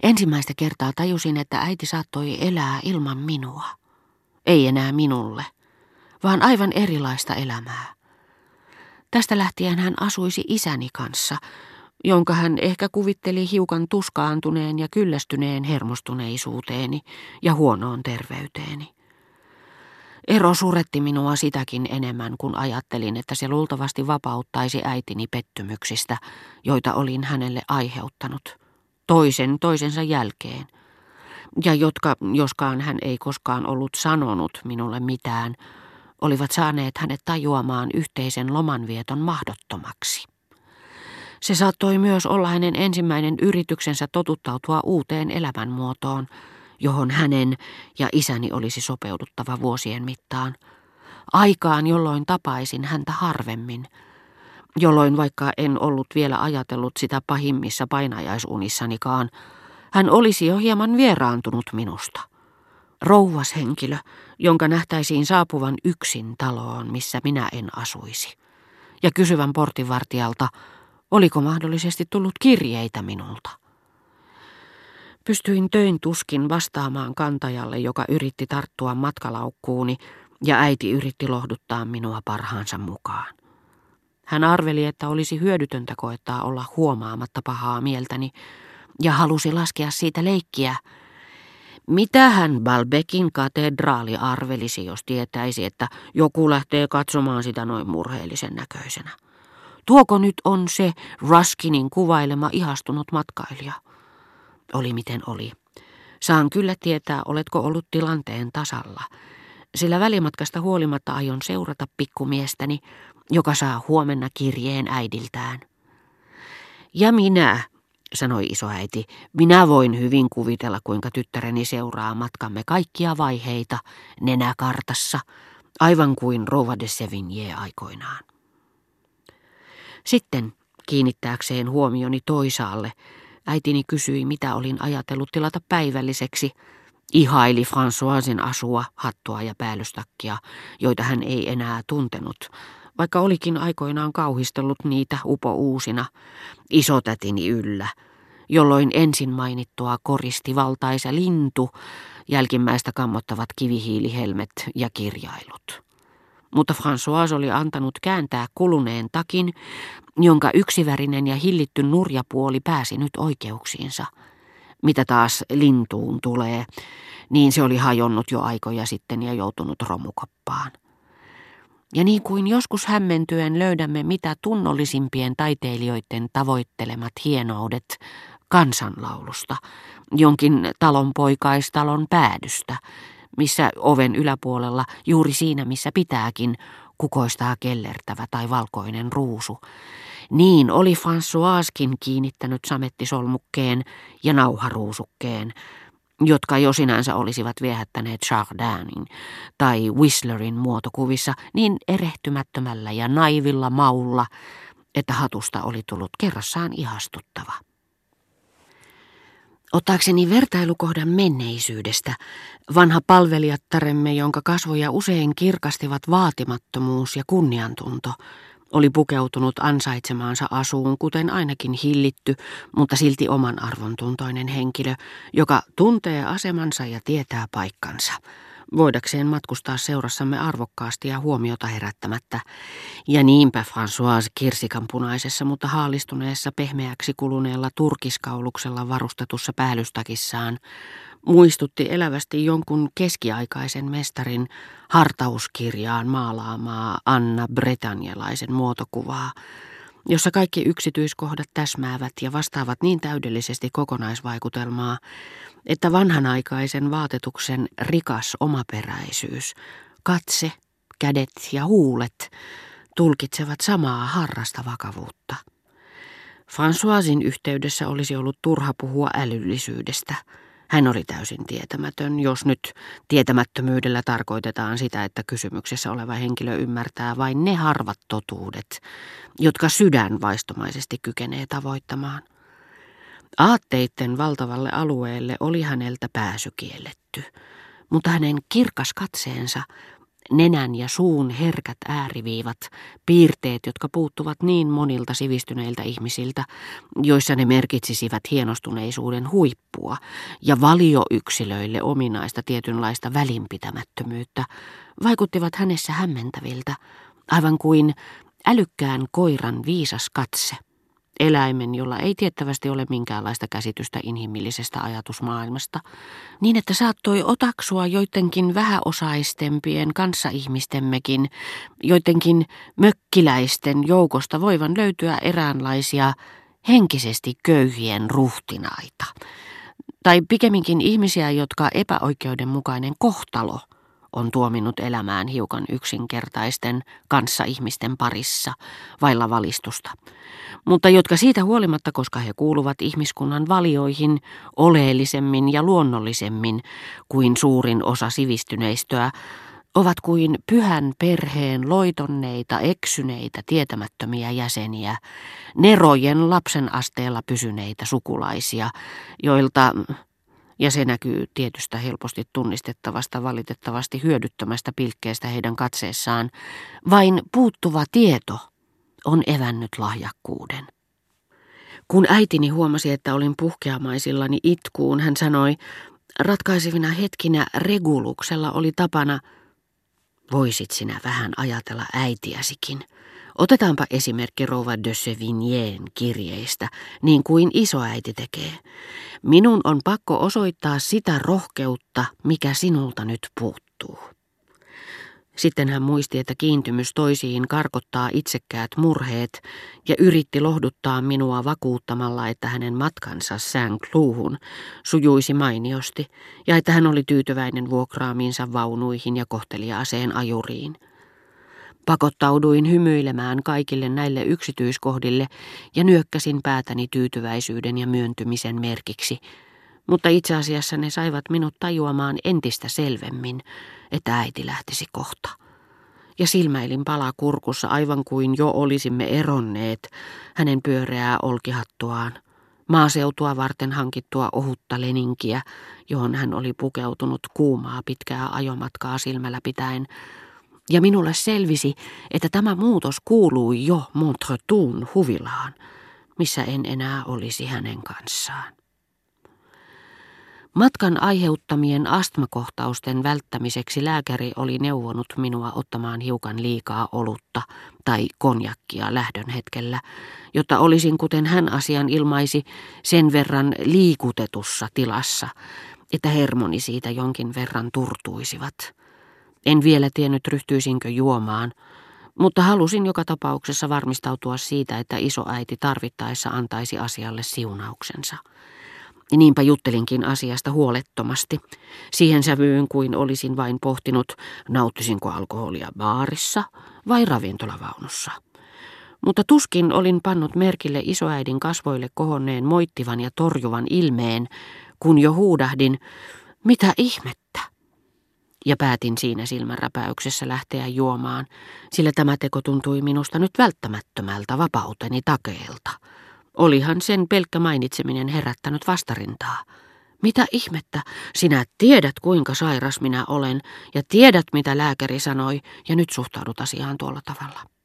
Ensimmäistä kertaa tajusin, että äiti saattoi elää ilman minua. Ei enää minulle, vaan aivan erilaista elämää. Tästä lähtien hän asuisi isäni kanssa, jonka hän ehkä kuvitteli hiukan tuskaantuneen ja kyllästyneen hermostuneisuuteeni ja huonoon terveyteeni. Ero suretti minua sitäkin enemmän, kun ajattelin, että se luultavasti vapauttaisi äitini pettymyksistä, joita olin hänelle aiheuttanut, toisensa jälkeen, ja jotka, joskaan hän ei koskaan ollut sanonut minulle mitään, olivat saaneet hänet tajuamaan yhteisen lomanvieton mahdottomaksi. Se saattoi myös olla hänen ensimmäinen yrityksensä totuttautua uuteen elämänmuotoon, johon hänen ja isäni olisi sopeuduttava vuosien mittaan. Aikaan, jolloin tapaisin häntä harvemmin, jolloin vaikka en ollut vielä ajatellut sitä pahimmissa painajaisunissanikaan, hän olisi jo hieman vieraantunut minusta. Rouvashenkilö, jonka nähtäisiin saapuvan yksin taloon, missä minä en asuisi. Ja kysyvän portinvartijalta, oliko mahdollisesti tullut kirjeitä minulta. Pystyin töin tuskin vastaamaan kantajalle, joka yritti tarttua matkalaukkuuni, ja äiti yritti lohduttaa minua parhaansa mukaan. Hän arveli, että olisi hyödytöntä koettaa olla huomaamatta pahaa mieltäni, ja halusi laskea siitä leikkiä. Mitä hän Balbekin katedraali arvelisi, jos tietäisi, että joku lähtee katsomaan sitä noin murheellisen näköisenä? Tuoko nyt on se Ruskinin kuvailema ihastunut matkailija? Oli miten oli. Saan kyllä tietää, oletko ollut tilanteen tasalla, sillä välimatkasta huolimatta aion seurata pikkumiestäni, joka saa huomenna kirjeen äidiltään. Ja minä, sanoi isoäiti, minä voin hyvin kuvitella, kuinka tyttäreni seuraa matkamme kaikkia vaiheita nenäkartassa, aivan kuin rouva de Sévigné aikoinaan. Sitten, kiinnittääkseen huomioni toisaalle, äitini kysyi, mitä olin ajatellut tilata päivälliseksi, ihaili Françoisin asua, hattua ja päällystakkia, joita hän ei enää tuntenut, vaikka olikin aikoinaan kauhistellut niitä upouusina, isotätini yllä, jolloin ensin mainittua koristi valtaisa lintu, jälkimmäistä kammottavat kivihiilihelmet ja kirjailut. Mutta François oli antanut kääntää kuluneen takin, jonka yksivärinen ja hillitty nurjapuoli pääsi nyt oikeuksiinsa. Mitä taas lintuun tulee, niin se oli hajonnut jo aikoja sitten ja joutunut romukoppaan. Ja niin kuin joskus hämmentyen löydämme mitä tunnollisimpien taiteilijoiden tavoittelemat hienoudet kansanlaulusta, jonkin talonpoikaistalon päädystä, missä oven yläpuolella, juuri siinä missä pitääkin, kukoistaa kellertävä tai valkoinen ruusu. Niin oli Françoiskin kiinnittänyt samettisolmukkeen ja nauharuusukkeen, jotka jo sinänsä olisivat viehättäneet Chardinin tai Whistlerin muotokuvissa niin erehtymättömällä ja naivilla maulla, että hatusta oli tullut kerrassaan ihastuttava. Ottaakseni vertailukohdan menneisyydestä, vanha palvelijattaremme, jonka kasvoja usein kirkastivat vaatimattomuus ja kunniantunto, oli pukeutunut ansaitsemaansa asuun, kuten ainakin hillitty, mutta silti oman arvontuntoinen henkilö, joka tuntee asemansa ja tietää paikkansa, voidakseen matkustaa seurassamme arvokkaasti ja huomiota herättämättä. Ja niinpä François kirsikanpunaisessa, mutta haalistuneessa pehmeäksi kuluneella turkiskauluksella varustetussa päällystakissaan muistutti elävästi jonkun keskiaikaisen mestarin hartauskirjaan maalaamaa Anna Bretagnelaisen muotokuvaa, jossa kaikki yksityiskohdat täsmäävät ja vastaavat niin täydellisesti kokonaisvaikutelmaa, että vanhanaikaisen vaatetuksen rikas omaperäisyys, katse, kädet ja huulet tulkitsevat samaa harrasta vakavuutta. Françoisin yhteydessä olisi ollut turha puhua älyllisyydestä. Hän oli täysin tietämätön, jos nyt tietämättömyydellä tarkoitetaan sitä, että kysymyksessä oleva henkilö ymmärtää vain ne harvat totuudet, jotka sydän vaistomaisesti kykenee tavoittamaan. Aatteitten valtavalle alueelle oli häneltä pääsy kielletty, mutta hänen kirkas katseensa Nenän ja suun herkät ääriviivat, piirteet, jotka puuttuvat niin monilta sivistyneiltä ihmisiltä, joissa ne merkitsisivät hienostuneisuuden huippua ja valioyksilöille ominaista tietynlaista välinpitämättömyyttä, vaikuttivat hänessä hämmentäviltä, aivan kuin älykkään koiran viisas katse. Eläimen, jolla ei tiettävästi ole minkäänlaista käsitystä inhimillisestä ajatusmaailmasta, niin että saattoi otaksua joidenkin vähäosaistempien kanssaihmistemmekin, joidenkin mökkiläisten joukosta voivan löytyä eräänlaisia henkisesti köyhien ruhtinaita, tai pikemminkin ihmisiä, jotka epäoikeudenmukainen kohtalo on tuominnut elämään hiukan yksinkertaisten kanssaihmisten parissa, vailla valistusta, mutta jotka siitä huolimatta, koska he kuuluvat ihmiskunnan valioihin oleellisemmin ja luonnollisemmin kuin suurin osa sivistyneistöä, ovat kuin pyhän perheen loitonneita, eksyneitä, tietämättömiä jäseniä, nerojen lapsen asteella pysyneitä sukulaisia, joilta, ja se näkyy tietystä helposti tunnistettavasta, valitettavasti hyödyttömästä pilkkeestä heidän katseessaan, vain puuttuva tieto on evännyt lahjakkuuden. Kun äitini huomasi, että olin puhkeamaisillani itkuun, hän sanoi, ratkaisevina hetkinä Reguluksella oli tapana, voisit sinä vähän ajatella äitiäsikin. Otetaanpa esimerkki rouva de Sévignén kirjeistä, niin kuin isoäiti tekee. Minun on pakko osoittaa sitä rohkeutta, mikä sinulta nyt puuttuu. Sitten hän muisti, että kiintymys toisiin karkottaa itsekkäät murheet ja yritti lohduttaa minua vakuuttamalla, että hänen matkansa Saint-Cloudhun sujuisi mainiosti ja että hän oli tyytyväinen vuokraamiinsa vaunuihin ja kohteliaaseen ajuriin. Pakottauduin hymyilemään kaikille näille yksityiskohdille ja nyökkäsin päätäni tyytyväisyyden ja myöntymisen merkiksi, mutta itse asiassa ne saivat minut tajuamaan entistä selvemmin, että äiti lähtisi kohta. Ja silmäilin pala kurkussa aivan kuin jo olisimme eronneet hänen pyöreää olkihattuaan, maaseutua varten hankittua ohutta leninkiä, johon hän oli pukeutunut kuumaa pitkää ajomatkaa silmällä pitäen, ja minulle selvisi, että tämä muutos kuului jo Montretuun huvilaan, missä en enää olisi hänen kanssaan. Matkan aiheuttamien astmakohtausten välttämiseksi lääkäri oli neuvonut minua ottamaan hiukan liikaa olutta tai konjakkia lähdön hetkellä, jotta olisin, kuten hän asian ilmaisi, sen verran liikutetussa tilassa, että hermoni siitä jonkin verran turtuisivat. En vielä tiennyt, ryhtyisinkö juomaan, mutta halusin joka tapauksessa varmistautua siitä, että isoäiti tarvittaessa antaisi asialle siunauksensa. Niinpä juttelinkin asiasta huolettomasti, siihen sävyyn kuin olisin vain pohtinut, nauttisinko alkoholia baarissa vai ravintolavaunussa. Mutta tuskin olin pannut merkille isoäidin kasvoille kohonneen moittivan ja torjuvan ilmeen, kun jo huudahdin, mitä ihmettä? Ja päätin siinä silmänräpäyksessä lähteä juomaan, sillä tämä teko tuntui minusta nyt välttämättömältä vapauteni takeelta. Olihan sen pelkkä mainitseminen herättänyt vastarintaa. Mitä ihmettä, sinä tiedät kuinka sairas minä olen ja tiedät mitä lääkäri sanoi ja nyt suhtaudut asiaan tuolla tavalla.